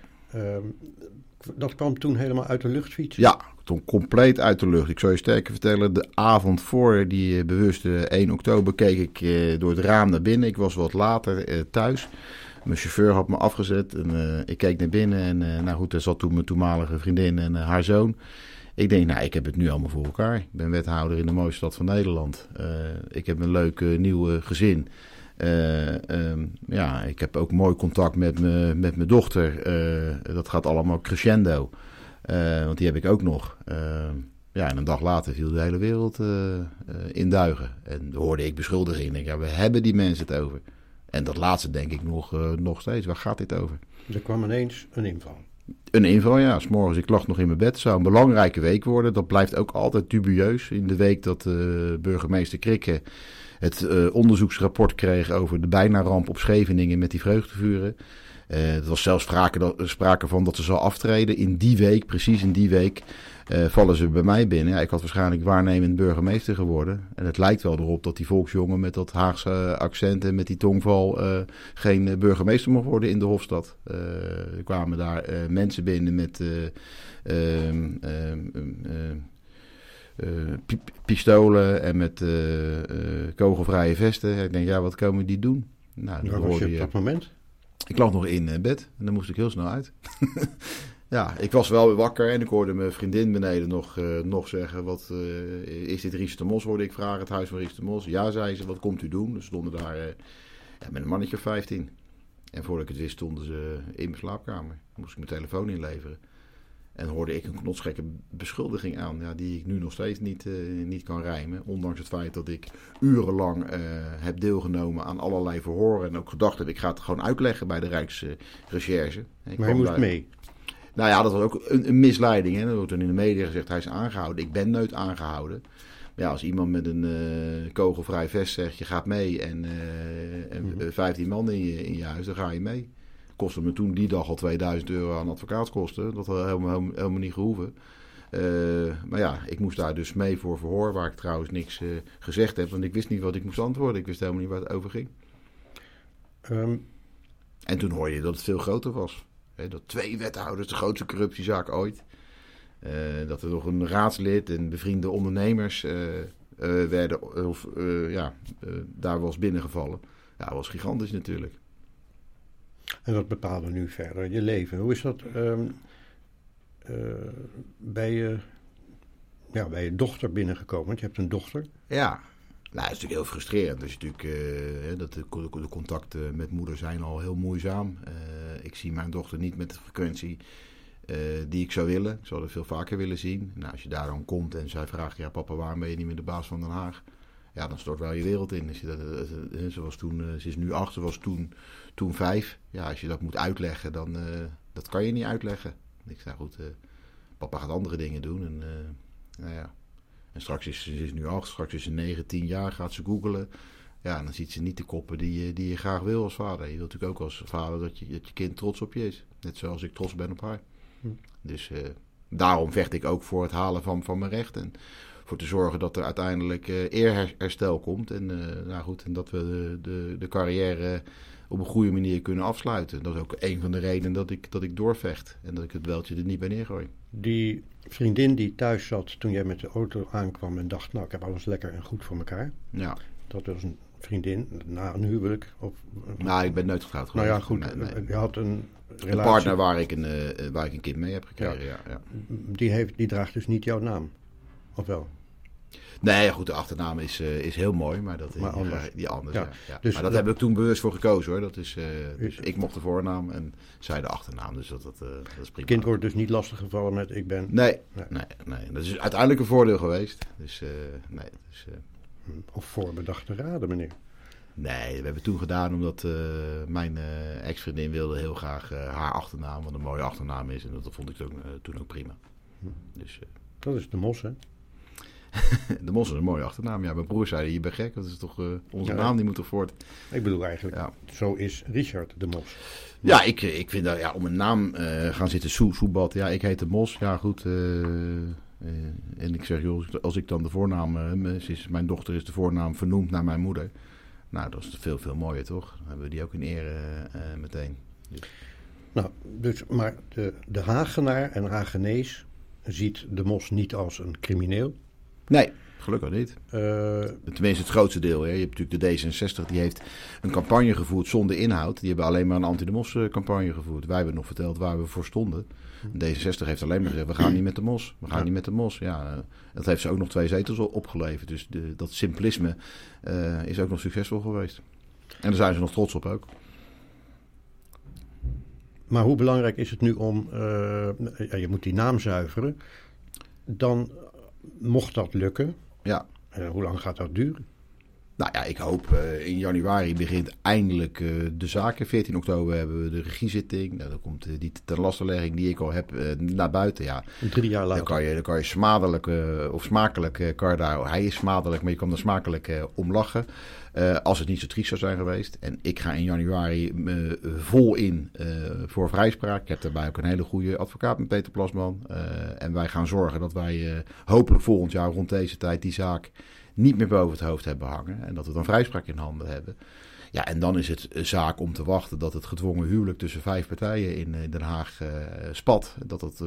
Dat kwam toen helemaal uit de lucht fietsen? Ja, toen compleet uit de lucht. Ik zal je sterker vertellen, de avond voor die bewuste 1 oktober keek ik door het raam naar binnen. Ik was wat later thuis. Mijn chauffeur had me afgezet en ik keek naar binnen. En nou goed, daar zat toen mijn toenmalige vriendin en haar zoon. Ik denk, nou, ik heb het nu allemaal voor elkaar. Ik ben wethouder in de mooiste stad van Nederland. Ik heb een leuk nieuw gezin. Ik heb ook mooi contact met mijn dochter. Dat gaat allemaal crescendo. Want die heb ik ook nog. En een dag later viel de hele wereld in duigen. En dan hoorde ik beschuldigingen. Ik denk, ja, we hebben die mensen het over. En dat laatste denk ik nog steeds. Waar gaat dit over? Er kwam ineens een inval. Een inval, ja. 's Morgens, ik lag nog in mijn bed. Het zou een belangrijke week worden. Dat blijft ook altijd dubieus. In de week dat burgemeester Krikke het onderzoeksrapport kreeg over de bijna ramp op Scheveningen met die vreugdevuren. Er was zelfs sprake van dat ze zou aftreden. In die week, precies in die week, vallen ze bij mij binnen. Ja, ik had waarschijnlijk waarnemend burgemeester geworden. En het lijkt wel erop dat die volksjongen met dat Haagse accent en met die tongval geen burgemeester mocht worden in de Hofstad. Er kwamen daar mensen binnen met pistolen en met kogelvrije vesten. Ik denk, ja, wat komen die doen? Nou, Waar was je op dat moment? Ik lag nog in bed en dan moest ik heel snel uit. Ja, ik was wel weer wakker en ik hoorde mijn vriendin beneden nog zeggen, is dit Richard de Mos, hoorde ik vragen, het huis van Richard de Mos. Ja, zei ze, wat komt u doen? Dus stonden daar met een mannetje of 15. En voordat ik het wist stonden ze in mijn slaapkamer. Dan moest ik mijn telefoon inleveren. En hoorde ik een knotsgekke beschuldiging aan, ja, die ik nu nog steeds niet kan rijmen. Ondanks het feit dat ik urenlang heb deelgenomen aan allerlei verhoren. En ook gedacht heb, ik ga het gewoon uitleggen bij de Rijksrecherche. Maar je moest mee? Nou ja, dat was ook een misleiding. Hè. Er wordt dan in de media gezegd, hij is aangehouden. Ik ben nooit aangehouden. Maar ja, als iemand met een kogelvrij vest zegt, je gaat mee en 15 man in je huis, dan ga je mee. Kostte me toen die dag al €2000 aan advocaatskosten. Dat had helemaal niet gehoeven. Maar ja, ik moest daar dus mee voor verhoor, waar ik trouwens niks gezegd heb. Want ik wist niet wat ik moest antwoorden. Ik wist helemaal niet waar het over ging. En toen hoorde je dat het veel groter was. Dat 2 wethouders, de grootste corruptiezaak ooit. Dat er nog een raadslid en bevriende ondernemers daar was binnengevallen. Ja, dat was gigantisch natuurlijk. En dat bepaalde nu verder je leven. Hoe is dat bij je dochter binnengekomen? Want je hebt een dochter. Ja, nou, dat is natuurlijk heel frustrerend. Dus natuurlijk, de contacten met moeder zijn al heel moeizaam. Ik zie mijn dochter niet met de frequentie die ik zou willen. Ik zou haar veel vaker willen zien. Nou, als je daar dan komt en zij vraagt, ja papa, waarom ben je niet meer de baas van Den Haag? Ja, dan stort wel je wereld in. Ze is nu 8, ze was toen 5. Ja, als je dat moet uitleggen, dan dat kan je niet uitleggen. Ik zei, goed, papa gaat andere dingen doen. En, nou ja. En straks is ze nu 8, straks is ze 9, 10 jaar, gaat ze googlen. Ja, en dan ziet ze niet de koppen die je graag wil als vader. Je wilt natuurlijk ook als vader dat je kind trots op je is. Net zoals ik trots ben op haar. Dus daarom vecht ik ook voor het halen van mijn recht. En voor te zorgen dat er uiteindelijk eerherstel komt. En, en dat we de carrière op een goede manier kunnen afsluiten. Dat is ook een van de redenen dat ik doorvecht. En dat ik het beltje er niet bij neergooi. Die vriendin die thuis zat toen jij met de auto aankwam en dacht, nou, ik heb alles lekker en goed voor elkaar. Ja. Dat was een vriendin na een huwelijk? Nou, ik ben nooit getrouwd geweest. Nou ja, goed. Nee. Je had een relatie. Een partner waar ik een kind mee heb gekregen, ja. Die draagt dus niet jouw naam, of wel? Nee, goed, de achternaam is heel mooi, maar dat is die anders. Ja. Dus maar dat heb ik toen bewust voor gekozen, hoor. Dat is, dus ik mocht de voornaam en zij de achternaam, dus dat is prima. Het kind wordt dus niet lastiggevallen met ik ben... Nee. Dat is uiteindelijk een voordeel geweest. Dus, Of voorbedachte raden, meneer? Nee, we hebben toen gedaan omdat mijn ex-vriendin wilde heel graag haar achternaam, wat een mooie achternaam is. En dat vond ik toen ook prima. Dus, dat is de Mos, hè? De Mos is een mooie achternaam. Ja, mijn broer zei, je bent gek. Dat is toch onze naam, die moet toch voort. Ik bedoel eigenlijk, zo is Richard de Mos. Ja, ik vind dat, om een naam gaan zitten, Soebat. Ja, ik heet de Mos. Ja, goed. En ik zeg, joh, als ik dan de voornaam... mijn dochter is de voornaam vernoemd naar mijn moeder. Nou, dat is veel, veel mooier, toch? Dan hebben we die ook in ere meteen. Dus. Maar de Hagenaar en Hagenees ziet de Mos niet als een crimineel? Nee, gelukkig niet. Tenminste het grootste deel. Hè. Je hebt natuurlijk de D66, die heeft een campagne gevoerd zonder inhoud. Die hebben alleen maar een anti-de-Mos campagne gevoerd. Wij hebben nog verteld waar we voor stonden. D66 heeft alleen maar gezegd, we gaan niet met de Mos. We gaan niet met de Mos. Ja, dat heeft ze ook nog 2 zetels opgeleverd. Dus dat simplisme is ook nog succesvol geweest. En daar zijn ze nog trots op ook. Maar hoe belangrijk is het nu om... je moet die naam zuiveren. Dan... Mocht dat lukken, hoe lang gaat dat duren? Nou ja, ik hoop in januari begint eindelijk de zaken. 14 oktober hebben we de regiezitting. Nou, dan komt die tenlastenlegging die ik al heb naar buiten. Ja. 3 jaar later. Dan kan je smadelijk of smakelijk, hij is smadelijk, maar je kan er smakelijk om lachen. Als het niet zo triest zou zijn geweest. En ik ga in januari vol in voor vrijspraak. Ik heb daarbij ook een hele goede advocaat met Peter Plasman. En wij gaan zorgen dat wij hopelijk volgend jaar rond deze tijd die zaak niet meer boven het hoofd hebben hangen. En dat we dan vrijspraak in handen hebben. Ja, en dan is het zaak om te wachten dat het gedwongen huwelijk tussen 5 partijen in Den Haag spat. Dat het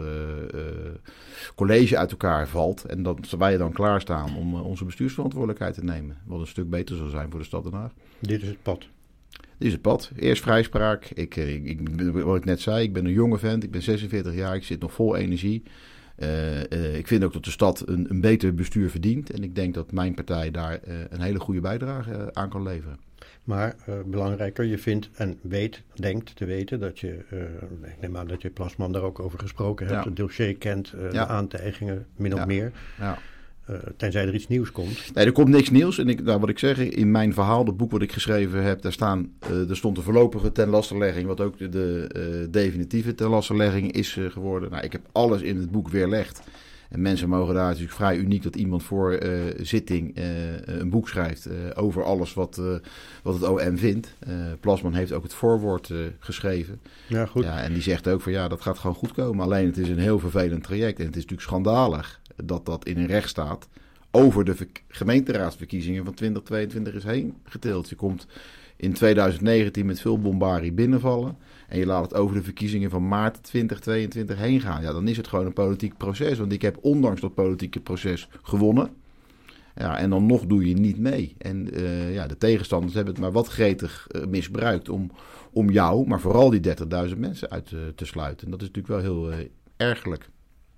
college uit elkaar valt. En dat wij dan klaarstaan om onze bestuursverantwoordelijkheid te nemen. Wat een stuk beter zal zijn voor de stad Den Haag. Dit is het pad. Dit is het pad. Eerst vrijspraak. Wat ik net zei, ik ben een jonge vent. Ik ben 46 jaar. Ik zit nog vol energie. Ik vind ook dat de stad een beter bestuur verdient. En ik denk dat mijn partij daar een hele goede bijdrage aan kan leveren. Maar belangrijker, je vindt en denkt te weten dat je, ik neem aan dat je Plasman daar ook over gesproken hebt, het dossier kent, de aantijgingen min of meer. Ja. Tenzij er iets nieuws komt. Nee, er komt niks nieuws. En wat ik zeg, in mijn verhaal, het boek wat ik geschreven heb, er stond de voorlopige tenlastenlegging, wat ook de definitieve tenlastenlegging is geworden. Nou, ik heb alles in het boek weerlegd. En mensen mogen daar, het is natuurlijk vrij uniek dat iemand voor zitting een boek schrijft over alles wat het OM vindt. Plasman heeft ook het voorwoord geschreven. Ja, goed. Ja, en die zegt ook van dat gaat gewoon goed komen. Alleen het is een heel vervelend traject. En het is natuurlijk schandalig dat in een rechtsstaat over de gemeenteraadsverkiezingen van 2022 is heen getild. Je komt in 2019 met veel bombarie binnenvallen. En je laat het over de verkiezingen van maart 2022 heen gaan. Ja, dan is het gewoon een politiek proces. Want ik heb ondanks dat politieke proces gewonnen. Ja, en dan nog doe je niet mee. En de tegenstanders hebben het maar wat gretig misbruikt om jou, maar vooral die 30.000 mensen uit te sluiten. En dat is natuurlijk wel heel ergerlijk.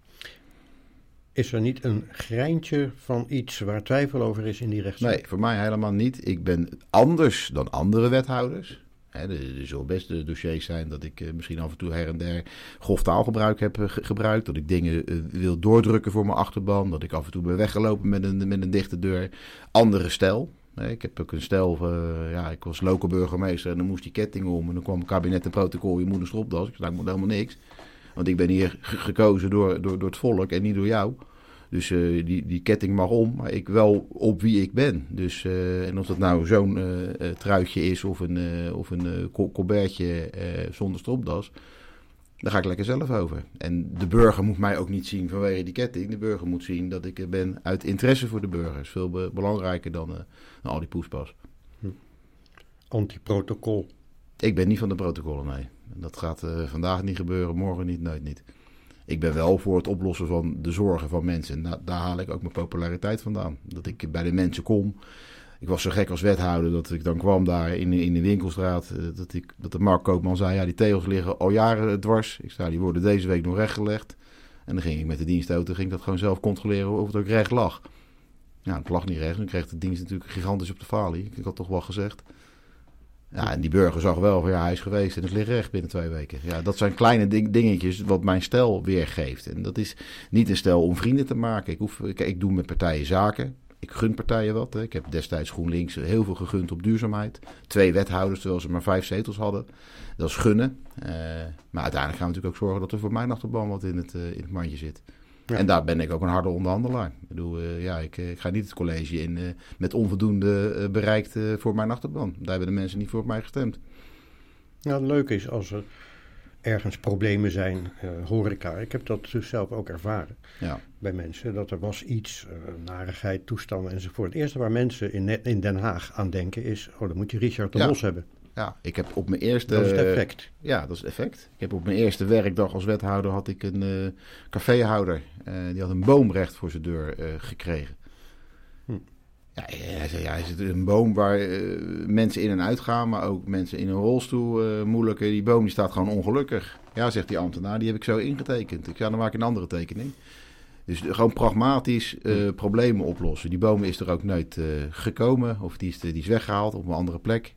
Is er niet een greintje van iets waar twijfel over is in die rechtszaak? Nee, voor mij helemaal niet. Ik ben anders dan andere wethouders. Er zullen best dossiers zijn dat ik misschien af en toe her en der grof taalgebruik heb gebruikt. Dat ik dingen wil doordrukken voor mijn achterban. Dat ik af en toe ben weggelopen met een dichte deur. Andere stijl. Ik heb ook een stijl, ik was local burgemeester en dan moest die ketting om. En dan kwam het kabinet en protocol, je moet een stropdas. Ik zei, ik moet helemaal niks. Want ik ben hier gekozen door het volk en niet door jou. Dus die ketting mag om, maar ik wel op wie ik ben. Dus, en of dat nou zo'n truitje is of een colbertje zonder stropdas, daar ga ik lekker zelf over. En de burger moet mij ook niet zien vanwege die ketting. De burger moet zien dat ik ben uit interesse voor de burgers. Veel belangrijker dan al die poespas. Anti-protocol. Ik ben niet van de protocollen, nee. Dat gaat vandaag niet gebeuren, morgen niet, nooit niet. Ik ben wel voor het oplossen van de zorgen van mensen. En daar haal ik ook mijn populariteit vandaan. Dat ik bij de mensen kom. Ik was zo gek als wethouder dat ik dan kwam daar in de winkelstraat. Dat de Mark Koopman zei, die tegels liggen al jaren dwars. Ik zei, die worden deze week nog rechtgelegd. En dan ging ik met de dienstauto dat gewoon zelf controleren of het ook recht lag. Ja, het lag niet recht. Dan kreeg de dienst natuurlijk gigantisch op de falie. Ik had toch wel gezegd. Ja, en die burger zag wel van hij is geweest en het ligt recht binnen 2 weken. Ja, dat zijn kleine dingetjes wat mijn stijl weergeeft. En dat is niet een stijl om vrienden te maken. Ik doe met partijen zaken. Ik gun partijen wat. Hè. Ik heb destijds GroenLinks heel veel gegund op duurzaamheid. 2 wethouders, terwijl ze maar 5 zetels hadden. Dat is gunnen. Maar uiteindelijk gaan we natuurlijk ook zorgen dat er voor mijn achterban wat in het mandje zit. Ja. En daar ben ik ook een harde onderhandelaar. Ik bedoel, ik ga niet het college in met onvoldoende bereikt voor mijn achterban. Daar hebben de mensen niet voor op mij gestemd. Ja, het leuke is als er ergens problemen zijn, horeca. Ik heb dat dus zelf ook ervaren bij mensen. Dat er was iets, narigheid, toestanden enzovoort. Het eerste waar mensen in Den Haag aan denken is, dan moet je Richard de Mos hebben. Ja, ik heb op mijn eerste... Dat is het effect. Ja, dat is het effect. Ik heb op mijn eerste werkdag als wethouder had ik een caféhouder. Die had een boomrecht voor zijn deur gekregen. Ja, hij zit een boom waar mensen in en uit gaan, maar ook mensen in een rolstoel moeilijker. Die boom die staat gewoon ongelukkig. Ja, zegt die ambtenaar, die heb ik zo ingetekend. Ik zei, dan maak ik een andere tekening. Dus gewoon pragmatisch problemen oplossen. Die boom is er ook nooit gekomen. Of die is weggehaald op een andere plek.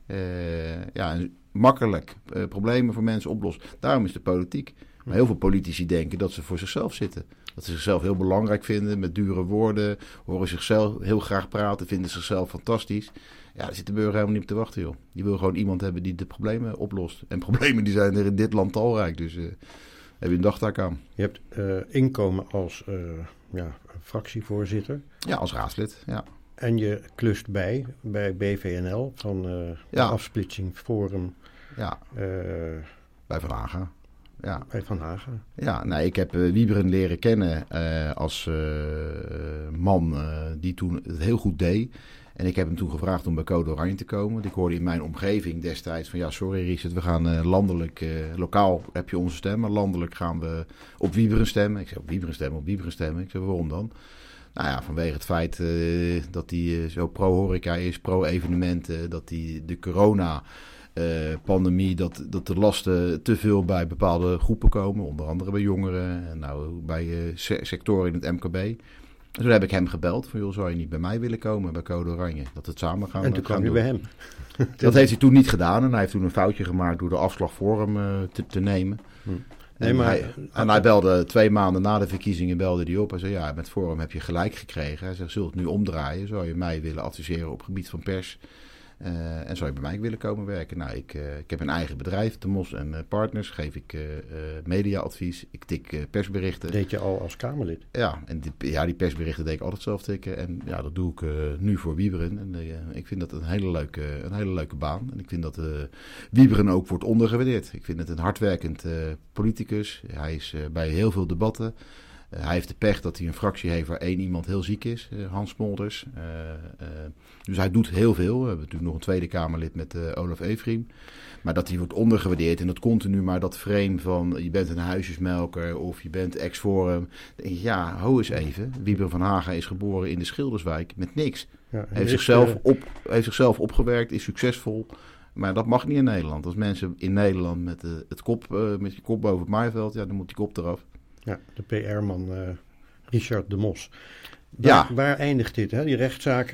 Makkelijk problemen voor mensen oplossen. Daarom is de politiek. Maar heel veel politici denken dat ze voor zichzelf zitten. Dat ze zichzelf heel belangrijk vinden met dure woorden. Horen zichzelf heel graag praten, vinden zichzelf fantastisch. Ja, daar zit de burger helemaal niet op te wachten, joh. Die wil gewoon iemand hebben die de problemen oplost. En problemen die zijn er in dit land talrijk. Dus heb je een dagtaak aan. Je hebt inkomen als fractievoorzitter. Ja, als raadslid, ja. En je klust bij BVNL van de afsplitsing Forum. Ja, bij Van Haga. Ja. Bij Van Haga. Ja, nou, ik heb Wieberen leren kennen als man die toen het heel goed deed. En ik heb hem toen gevraagd om bij Code Oranje te komen. Want ik hoorde in mijn omgeving destijds van... ja, sorry Richard, we gaan landelijk... lokaal heb je onze stem, maar landelijk gaan we op Wieberen stemmen. Ik zei, op Wieberen stemmen. Ik zei, waarom dan? Nou ja, vanwege het feit dat hij zo pro-horeca is, pro-evenementen... dat hij de corona-pandemie, dat de lasten te veel bij bepaalde groepen komen. Onder andere bij jongeren en nou bij sectoren in het MKB... En toen heb ik hem gebeld van, joh, zou je niet bij mij willen komen bij Code Oranje? Dat we het samen gaan doen. En toen kwam je bij hem. Dat heeft hij toen niet gedaan en hij heeft toen een foutje gemaakt door de afslag voor hem te nemen. En hij belde 2 maanden na de verkiezingen belde hij op. Hij zei, ja, met Forum heb je gelijk gekregen. Hij zegt, zult het nu omdraaien? Zou je mij willen adviseren op het gebied van pers? En zou je bij mij willen komen werken? Nou, ik heb een eigen bedrijf, de Mos en Partners. Geef ik mediaadvies. Ik tik persberichten. Deed je al als Kamerlid? Ja, en die persberichten deed ik altijd zelf tikken. En ja, dat doe ik nu voor Wieberen. En ik vind dat een hele leuke baan. En ik vind dat Wieberen ook wordt ondergewaardeerd. Ik vind het een hardwerkend politicus. Hij is bij heel veel debatten. Hij heeft de pech dat hij een fractie heeft waar 1 iemand heel ziek is, Hans Smolders. Dus hij doet heel veel. We hebben natuurlijk nog een Tweede Kamerlid met Olaf Efriem. Maar dat hij wordt ondergewaardeerd en dat continu maar dat frame van je bent een huisjesmelker of je bent ex-Forum. Dan denk ik, ja, ho eens even. Wieberen van Haga is geboren in de Schilderswijk met niks. Ja, heeft zichzelf opgewerkt, is succesvol. Maar dat mag niet in Nederland. Als mensen in Nederland met je kop boven het maaiveld, ja, dan moet die kop eraf. Ja, de PR-man Richard de Mos. Waar eindigt dit, hè? Die rechtszaak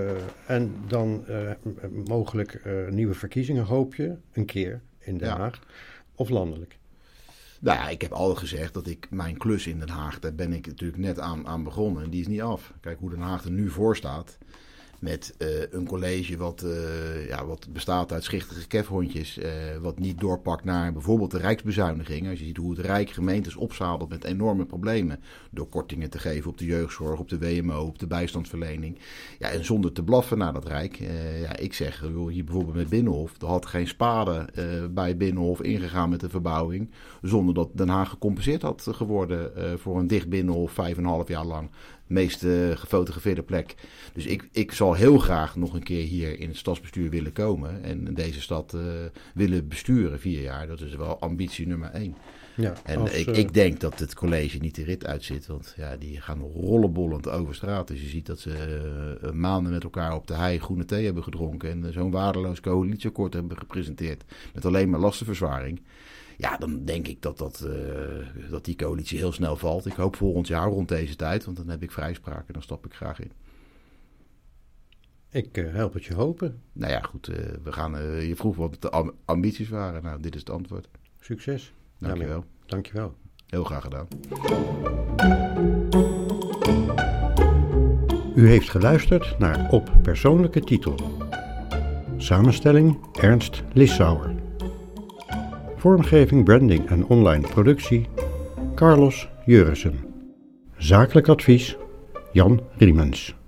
en dan mogelijk nieuwe verkiezingen, hoop je, een keer in Den Haag of landelijk? Nou ja, ik heb al gezegd dat mijn klus in Den Haag, daar ben ik natuurlijk net aan begonnen en die is niet af. Kijk hoe Den Haag er nu voor staat. Met een college wat bestaat uit schichtige kefhondjes. Wat niet doorpakt naar bijvoorbeeld de rijksbezuiniging. Als je ziet hoe het Rijk gemeentes opzadelt met enorme problemen. Door kortingen te geven op de jeugdzorg, op de WMO, op de bijstandsverlening. Ja, en zonder te blaffen naar dat Rijk. Ik zeg, hier bijvoorbeeld met Binnenhof. Er had geen spade bij Binnenhof ingegaan met de verbouwing. Zonder dat Den Haag gecompenseerd had geworden voor een dicht Binnenhof 5,5 jaar lang. Meest gefotografeerde plek. Dus ik zal heel graag nog een keer hier in het stadsbestuur willen komen. En deze stad willen besturen 4 jaar. Dat is wel ambitie nummer 1. Ja, en ik denk dat het college niet de rit uitzit. Want ja, die gaan rollenbollend over straat. Dus je ziet dat ze maanden met elkaar op de hei groene thee hebben gedronken. En zo'n waardeloos coalitieakkoord hebben gepresenteerd. Met alleen maar lastenverzwaring. Ja, dan denk ik dat die coalitie heel snel valt. Ik hoop volgend jaar rond deze tijd, want dan heb ik vrijspraak en dan stap ik graag in. Ik help het je hopen. Nou ja, goed. Je vroeg wat de ambities waren. Nou, dit is het antwoord. Succes. Dankjewel. Dankjewel. Heel graag gedaan. U heeft geluisterd naar Op Persoonlijke Titel. Samenstelling Ernst Lissauer. Vormgeving, branding en online productie Carlos Jurissen. Zakelijk advies Jan Riemens.